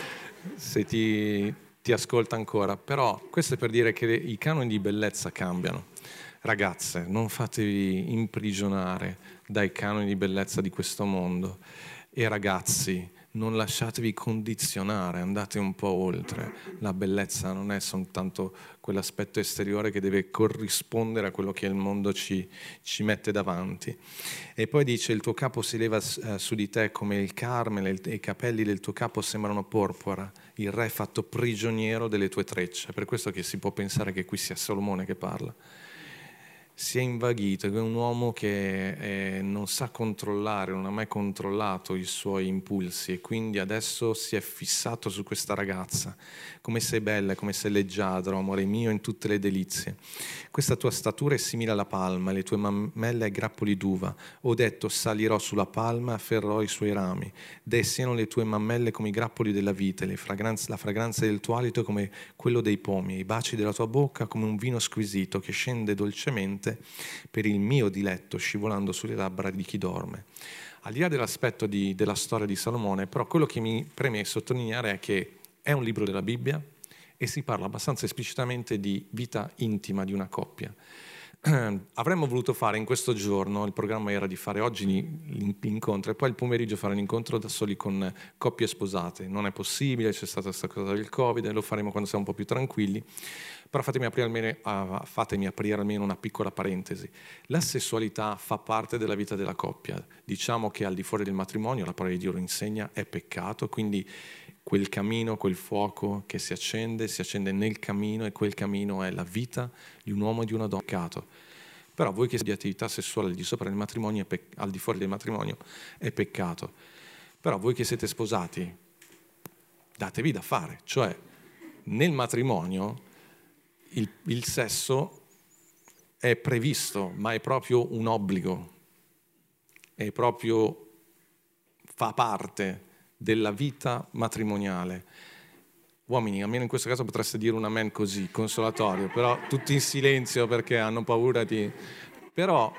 B: se ti, ti ascolta ancora, però questo è per dire che i canoni di bellezza cambiano. Ragazze, non fatevi imprigionare dai canoni di bellezza di questo mondo, e ragazzi, non lasciatevi condizionare, andate un po' oltre. La bellezza non è soltanto quell'aspetto esteriore che deve corrispondere a quello che il mondo ci, ci mette davanti. E poi dice: il tuo capo si leva eh, su di te come il carmine, e i capelli del tuo capo sembrano porpora, il re è fatto prigioniero delle tue trecce. È per questo che si può pensare che qui sia Salomone che parla. Si è invaghito, è un uomo che eh, non sa controllare, non ha mai controllato i suoi impulsi, e quindi adesso si è fissato su questa ragazza. Come sei bella, come sei leggiadro, amore mio, in tutte le delizie. Questa tua statura è simile alla palma, le tue mammelle ai grappoli d'uva. Ho detto: salirò sulla palma, afferrò i suoi rami. Deh siano le tue mammelle come i grappoli della vite, le fragranze, la fragranza del tuo alito come quello dei pomi, i baci della tua bocca come un vino squisito che scende dolcemente per il mio diletto, scivolando sulle labbra di chi dorme. Al di là dell'aspetto di, della storia di Salomone, però quello che mi preme sottolineare è che è un libro della Bibbia e si parla abbastanza esplicitamente di vita intima di una coppia. Avremmo voluto fare in questo giorno, il programma era di fare oggi l'incontro e poi il pomeriggio fare un incontro da soli con coppie sposate. Non è possibile, c'è stata questa cosa del Covid, lo faremo quando siamo un po' più tranquilli. Però fatemi aprire, almeno, uh, fatemi aprire almeno una piccola parentesi. La sessualità fa parte della vita della coppia. Diciamo che al di fuori del matrimonio, la parola di Dio lo insegna, è peccato, quindi quel cammino, quel fuoco che si accende, si accende nel cammino, e quel cammino è la vita di un uomo e di una donna. Peccato. Però voi che siete di attività sessuale al di sopra del matrimonio, pec- al di fuori del matrimonio, è peccato. Però voi che siete sposati, datevi da fare. Cioè, nel matrimonio il, il sesso è previsto, ma è proprio un obbligo. È proprio, fa parte della vita matrimoniale. Uomini, almeno in questo caso potreste dire un amen così, consolatorio, però tutti in silenzio perché hanno paura di... Però,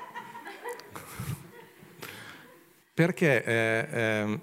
B: perché, eh, eh,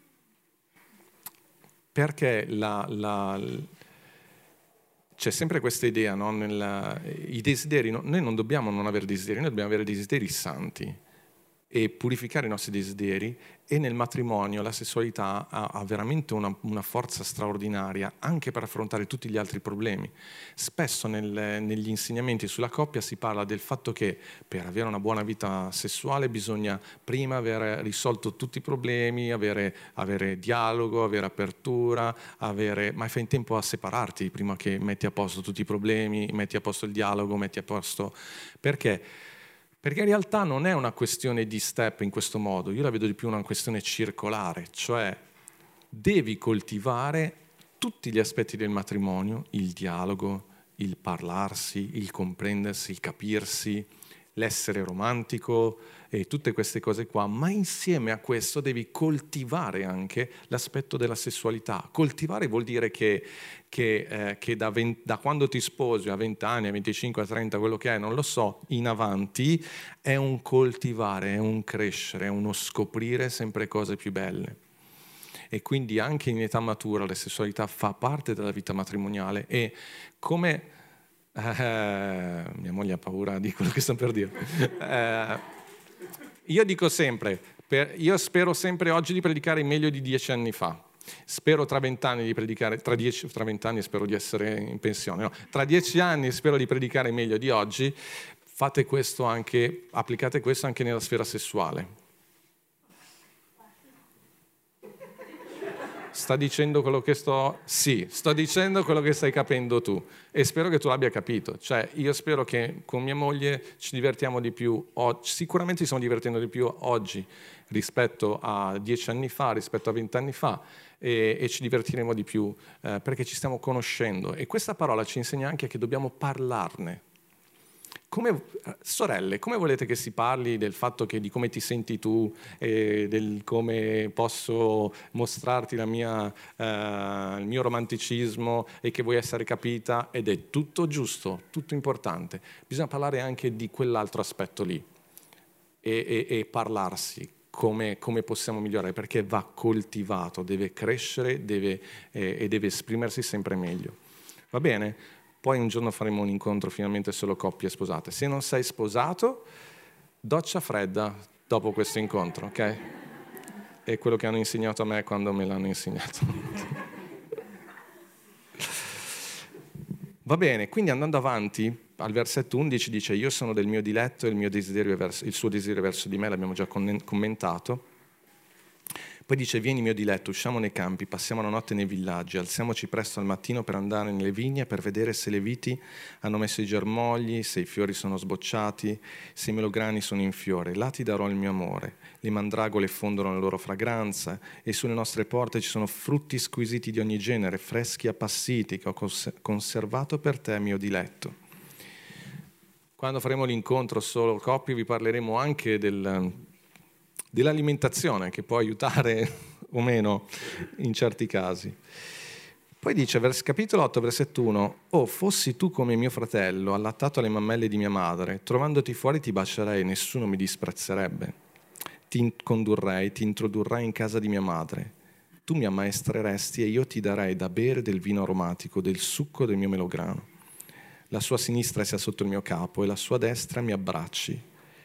B: perché la, la, c'è sempre questa idea, no? Nella, i desideri, no? Noi non dobbiamo non avere desideri, noi dobbiamo avere desideri santi e purificare i nostri desideri, e nel matrimonio la sessualità ha, ha veramente una, una forza straordinaria anche per affrontare tutti gli altri problemi. Spesso nel, negli insegnamenti sulla coppia si parla del fatto che per avere una buona vita sessuale bisogna prima aver risolto tutti i problemi, avere, avere dialogo, avere apertura, avere... ma fai in tempo a separarti prima che metti a posto tutti i problemi, metti a posto il dialogo, metti a posto... Perché? Perché in realtà non è una questione di step in questo modo, io la vedo di più una questione circolare, cioè devi coltivare tutti gli aspetti del matrimonio, il dialogo, il parlarsi, il comprendersi, il capirsi, l'essere romantico e tutte queste cose qua, ma insieme a questo devi coltivare anche l'aspetto della sessualità. Coltivare vuol dire che, che, eh, che da, venti, da quando ti sposi a venti anni, a venticinque, a trenta, quello che è, non lo so, in avanti, è un coltivare, è un crescere, è uno scoprire sempre cose più belle. E quindi anche in età matura la sessualità fa parte della vita matrimoniale, e come... Eh, mia moglie ha paura di quello che sto per dire. Eh, io dico sempre, per, io spero sempre oggi di predicare meglio di dieci anni fa. Spero tra vent'anni di predicare, tra dieci, tra vent'anni spero di essere in pensione, no? Tra dieci anni spero di predicare meglio di oggi. Fate questo anche, applicate questo anche nella sfera sessuale. Sta dicendo quello che sto... Sì, sto dicendo quello che stai capendo tu, e spero che tu l'abbia capito. Cioè, io spero che con mia moglie ci divertiamo di più oggi, sicuramente ci stiamo divertendo di più oggi rispetto a dieci anni fa, rispetto a vent'anni fa, e, e ci divertiremo di più eh, perché ci stiamo conoscendo. E questa parola ci insegna anche che dobbiamo parlarne. come, sorelle, come volete che si parli del fatto che di come ti senti tu e del come posso mostrarti la mia, eh, il mio romanticismo e che vuoi essere capita, ed è tutto giusto, tutto importante. Bisogna parlare anche di quell'altro aspetto lì e, e, e parlarsi come, come possiamo migliorare, perché va coltivato, deve crescere deve, eh, e deve esprimersi sempre meglio. Va bene? Poi un giorno faremo un incontro finalmente solo coppie sposate. Se non sei sposato, doccia fredda dopo questo incontro, ok? È quello che hanno insegnato a me quando me l'hanno insegnato. Va bene, quindi andando avanti, al versetto undici dice: io sono del mio diletto e il mio desiderio verso, il suo desiderio verso di me, l'abbiamo già commentato. Poi dice: vieni mio diletto, usciamo nei campi, passiamo la notte nei villaggi, alziamoci presto al mattino per andare nelle vigne, per vedere se le viti hanno messo i germogli, se i fiori sono sbocciati, se i melograni sono in fiore. Là ti darò il mio amore, le mandragole fondono la loro fragranza e sulle nostre porte ci sono frutti squisiti di ogni genere, freschi appassiti, che ho conservato per te, mio diletto. Quando faremo l'incontro solo coppie vi parleremo anche del... dell'alimentazione, che può aiutare o meno in certi casi. Poi dice, vers- capitolo otto, versetto uno: «Oh, fossi tu come mio fratello, allattato alle mammelle di mia madre, trovandoti fuori ti bacerei, nessuno mi disprezzerebbe. Ti condurrei, ti introdurrei in casa di mia madre. Tu mi ammaestreresti e io ti darei da bere del vino aromatico, del succo del mio melograno. La sua sinistra sia sotto il mio capo e la sua destra mi abbracci».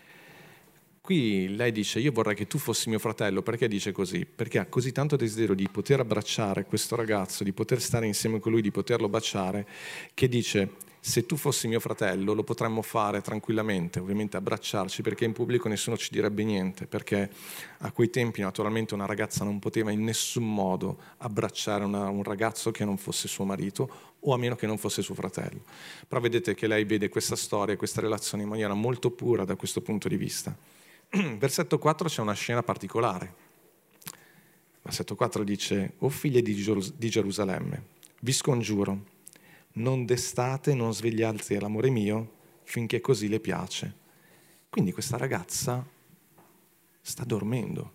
B: Qui lei dice: io vorrei che tu fossi mio fratello. Perché dice così? Perché ha così tanto desiderio di poter abbracciare questo ragazzo, di poter stare insieme con lui, di poterlo baciare, che dice: se tu fossi mio fratello lo potremmo fare tranquillamente, ovviamente abbracciarci, perché in pubblico nessuno ci direbbe niente, perché a quei tempi naturalmente una ragazza non poteva in nessun modo abbracciare una, un ragazzo che non fosse suo marito, o a meno che non fosse suo fratello. Però vedete che lei vede questa storia, questa relazione in maniera molto pura da questo punto di vista. Versetto quattro c'è una scena particolare. Versetto quattro dice: «O figlie di, Gerus- di Gerusalemme, vi scongiuro, non destate, non svegliate l'amore mio, finché così le piace». Quindi questa ragazza sta dormendo.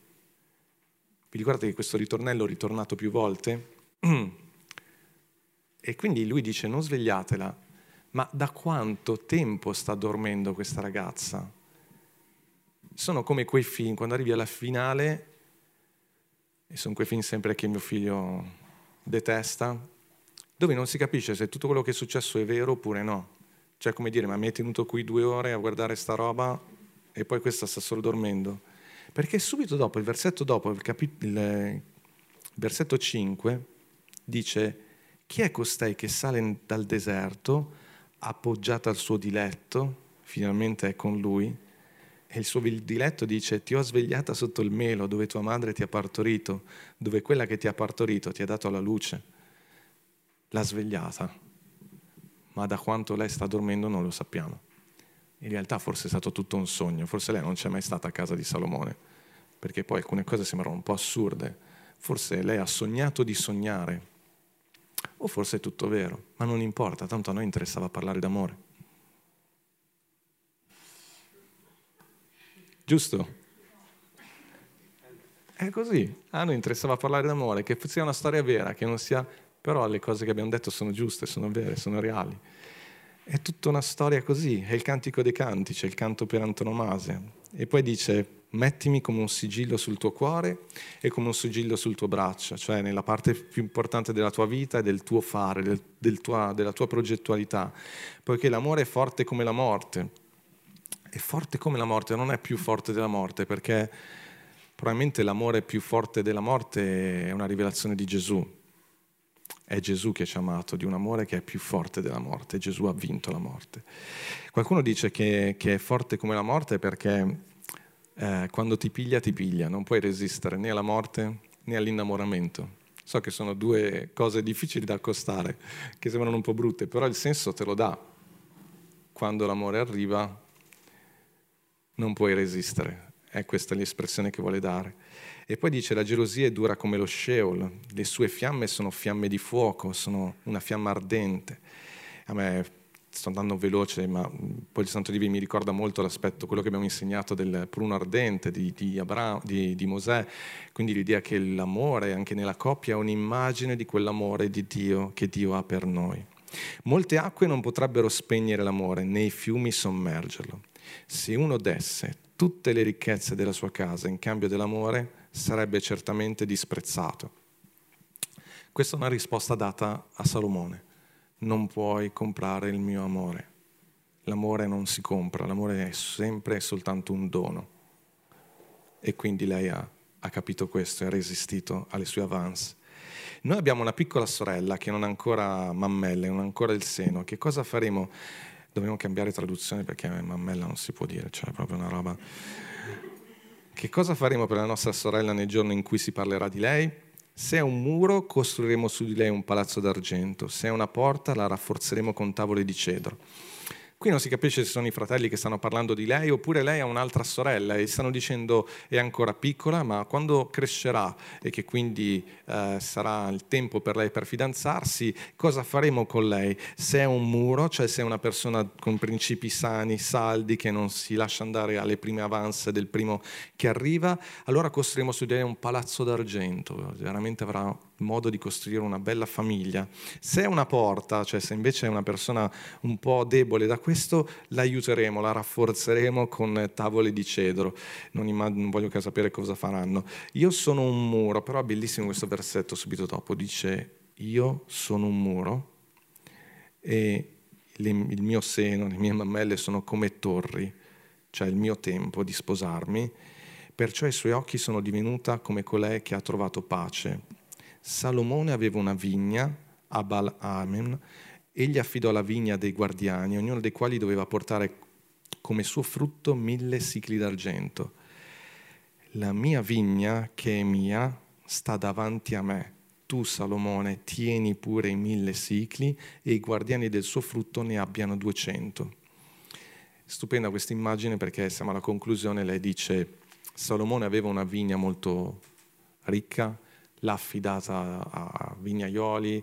B: Vi ricordate che questo ritornello è ritornato più volte? E quindi lui dice: non svegliatela. Ma da quanto tempo sta dormendo questa ragazza? Sono come quei film, quando arrivi alla finale, e sono quei film sempre che mio figlio detesta, dove non si capisce se tutto quello che è successo è vero oppure no. Cioè, come dire, ma mi hai tenuto qui due ore a guardare sta roba e poi questa sta solo dormendo? Perché subito dopo, il versetto dopo, il, capi- il versetto cinque, dice: chi è costei che sale dal deserto, appoggiata al suo diletto, finalmente è con lui, e il suo diletto dice: ti ho svegliata sotto il melo dove tua madre ti ha partorito, dove quella che ti ha partorito ti ha dato alla luce. L'ha svegliata, ma da quanto lei sta dormendo non lo sappiamo. In realtà forse è stato tutto un sogno, forse lei non c'è mai stata a casa di Salomone, perché poi alcune cose sembrano un po' assurde. Forse lei ha sognato di sognare, o forse è tutto vero, ma non importa, tanto a noi interessava parlare d'amore. Giusto? È così, a noi interessava parlare d'amore, che sia una storia vera, che non sia... Però le cose che abbiamo detto sono giuste, sono vere, sono reali. È tutta una storia così, è il cantico dei cantici, è il canto per antonomasia. E poi dice: mettimi come un sigillo sul tuo cuore e come un sigillo sul tuo braccio, cioè nella parte più importante della tua vita e del tuo fare, del, del tua, della tua progettualità, poiché l'amore è forte come la morte. È forte come la morte, non è più forte della morte, perché probabilmente l'amore più forte della morte è una rivelazione di Gesù. È Gesù che ci ha amato, di un amore che è più forte della morte. Gesù ha vinto la morte. Qualcuno dice che, che è forte come la morte perché eh, quando ti piglia, ti piglia. Non puoi resistere né alla morte né all'innamoramento. So che sono due cose difficili da accostare, che sembrano un po' brutte, però il senso te lo dà. Quando l'amore arriva, non puoi resistere. È questa l'espressione che vuole dare. E poi dice: la gelosia è dura come lo Sheol, le sue fiamme sono fiamme di fuoco, sono una fiamma ardente. A me sto andando veloce, ma poi il Santo Livio mi ricorda molto l'aspetto, quello che abbiamo insegnato del pruno ardente di, di, Abramo, di, di Mosè, quindi l'idea che l'amore anche nella coppia è un'immagine di quell'amore di Dio che Dio ha per noi. Molte acque non potrebbero spegnere l'amore, né i fiumi sommergerlo. Se uno desse tutte le ricchezze della sua casa in cambio dell'amore, sarebbe certamente disprezzato. Questa è una risposta data a Salomone. Non puoi comprare il mio amore. L'amore non si compra, l'amore è sempre e soltanto un dono. E quindi lei ha, ha capito questo e ha resistito alle sue avance. Noi abbiamo una piccola sorella che non ha ancora mammelle, non ha ancora il seno. Che cosa faremo? Dobbiamo cambiare traduzione perché mammella non si può dire, cioè è proprio una roba. Che cosa faremo per la nostra sorella nel giorno in cui si parlerà di lei? Se è un muro, costruiremo su di lei un palazzo d'argento. Se è una porta, la rafforzeremo con tavole di cedro. Qui non si capisce se sono i fratelli che stanno parlando di lei oppure lei ha un'altra sorella e stanno dicendo è ancora piccola, ma quando crescerà e che quindi eh, sarà il tempo per lei per fidanzarsi, cosa faremo con lei? Se è un muro, cioè se è una persona con principi sani, saldi, che non si lascia andare alle prime avance del primo che arriva, allora costruiremo su di lei un palazzo d'argento, veramente avrà modo di costruire una bella famiglia. Se è una porta, cioè se invece è una persona un po' debole da questo, l'aiuteremo, la rafforzeremo con tavole di cedro. Non, immag- non voglio che sapere cosa faranno. Io sono un muro, però è bellissimo questo versetto subito dopo, dice io sono un muro e le, il mio seno, le mie mammelle sono come torri, cioè il mio tempo di sposarmi, perciò ai suoi occhi sono divenuta come colei che ha trovato pace. Salomone aveva una vigna a Baal-Hamon, egli affidò la vigna dei guardiani, ognuno dei quali doveva portare come suo frutto mille sicli d'argento. La mia vigna, che è mia, sta davanti a me. Tu, Salomone, tieni pure i mille sicli e i guardiani del suo frutto ne abbiano duecento. Stupenda questa immagine perché siamo alla conclusione, lei dice Salomone aveva una vigna molto ricca, l'ha affidata a vignaioli.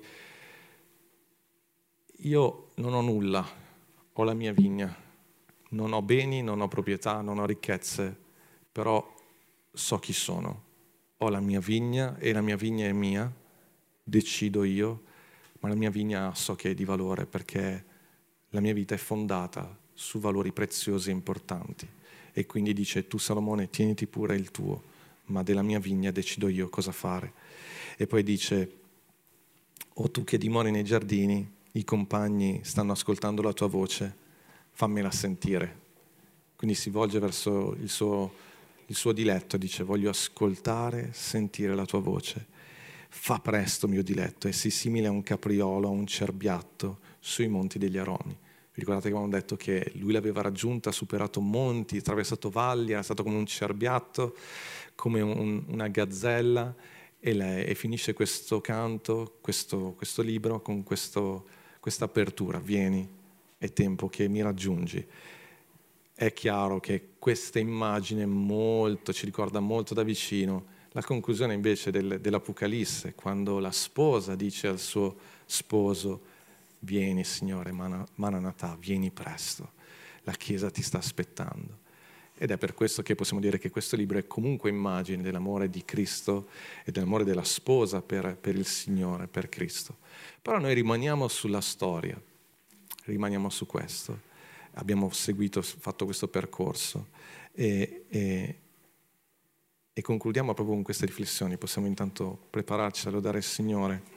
B: Io non ho nulla, ho la mia vigna, non ho beni, non ho proprietà, non ho ricchezze, però so chi sono. Ho la mia vigna e la mia vigna è mia, decido io, ma la mia vigna so che è di valore perché la mia vita è fondata su valori preziosi e importanti. E quindi dice, tu Salomone, tieniti pure il tuo, ma della mia vigna decido io cosa fare. E poi dice, o tu che dimori nei giardini, i compagni stanno ascoltando la tua voce, fammela sentire. Quindi si volge verso il suo, il suo diletto, dice, voglio ascoltare, sentire la tua voce. Fa presto, mio diletto, e sii simile a un capriolo, a un cerbiatto sui monti degli aromi. Vi ricordate che avevamo detto che lui l'aveva raggiunta, ha superato monti, attraversato valli, era stato come un cerbiatto, come un, una gazzella, e, lei, e finisce questo canto, questo, questo libro con questo, questa apertura. Vieni, è tempo che mi raggiungi. È chiaro che questa immagine molto, ci ricorda molto da vicino la conclusione invece del, dell'Apocalisse, quando la sposa dice al suo sposo vieni Signore, Maranatha, vieni presto, la Chiesa ti sta aspettando. Ed è per questo che possiamo dire che questo libro è comunque immagine dell'amore di Cristo e dell'amore della sposa per, per il Signore, per Cristo. Però noi rimaniamo sulla storia, rimaniamo su questo. Abbiamo seguito, fatto questo percorso e, e, e concludiamo proprio con queste riflessioni. Possiamo intanto prepararci a lodare il Signore.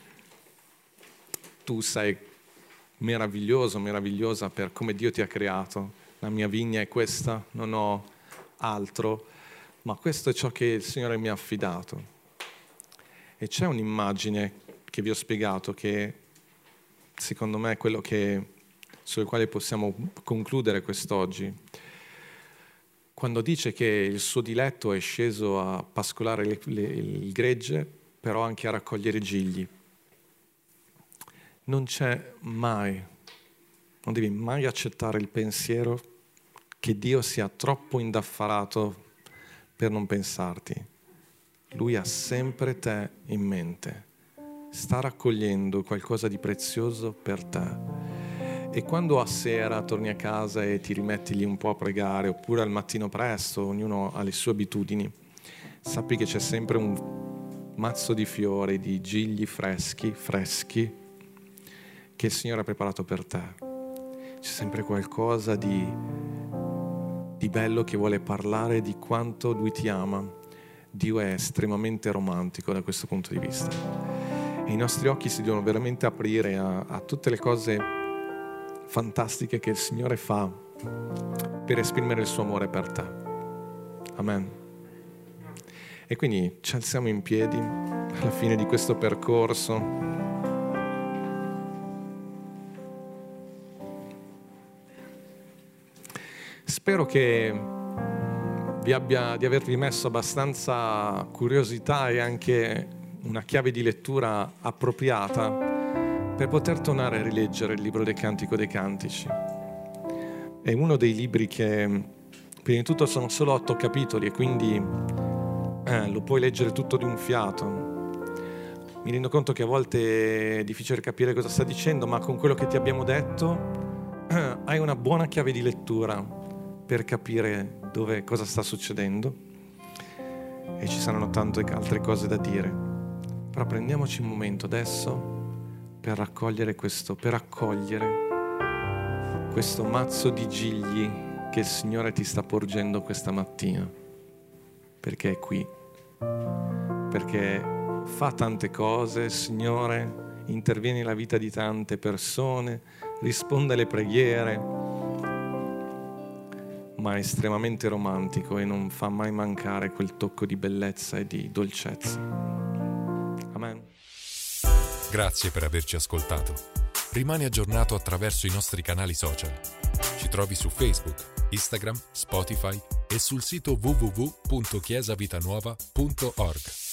B: Tu sei meraviglioso, meravigliosa per come Dio ti ha creato. La mia vigna è questa, non ho altro, ma questo è ciò che il Signore mi ha affidato. E c'è un'immagine che vi ho spiegato che secondo me è quello che, sul quale possiamo concludere quest'oggi. Quando dice che il suo diletto è sceso a pascolare le, le, il gregge, però anche a raccogliere gigli. Non c'è mai, non devi mai accettare il pensiero che Dio sia troppo indaffarato per non pensarti. Lui ha sempre te in mente, sta raccogliendo qualcosa di prezioso per te E quando a sera torni a casa e ti rimetti lì un po' a pregare, oppure al mattino presto, ognuno ha le sue abitudini, sappi che c'è sempre un mazzo di fiori, di gigli freschi, freschi, che il Signore ha preparato per te. C'è sempre qualcosa di, di bello che vuole parlare di quanto Lui ti ama. Dio è estremamente romantico da questo punto di vista. E i nostri occhi si devono veramente aprire a, a tutte le cose fantastiche che il Signore fa per esprimere il suo amore per te. Amen. E quindi ci alziamo in piedi alla fine di questo percorso. Spero che vi abbia, di avervi messo abbastanza curiosità e anche una chiave di lettura appropriata per poter tornare a rileggere il libro del Cantico dei Cantici. È uno dei libri che, prima di tutto, sono solo otto capitoli e quindi eh, lo puoi leggere tutto di un fiato. Mi rendo conto che a volte è difficile capire cosa sta dicendo, ma con quello che ti abbiamo detto eh, hai una buona chiave di lettura per capire dove, cosa sta succedendo, e ci saranno tante altre cose da dire. Però prendiamoci un momento adesso per raccogliere questo, per accogliere questo mazzo di gigli che il Signore ti sta porgendo questa mattina, perché è qui, perché fa tante cose, il Signore interviene nella vita di tante persone, risponde alle preghiere, ma è estremamente romantico e non fa mai mancare quel tocco di bellezza e di dolcezza. Amen.
A: Grazie per averci ascoltato. Rimani aggiornato attraverso i nostri canali social. Ci trovi su Facebook, Instagram, Spotify e sul sito w w w punto chiesa vita nuova punto org.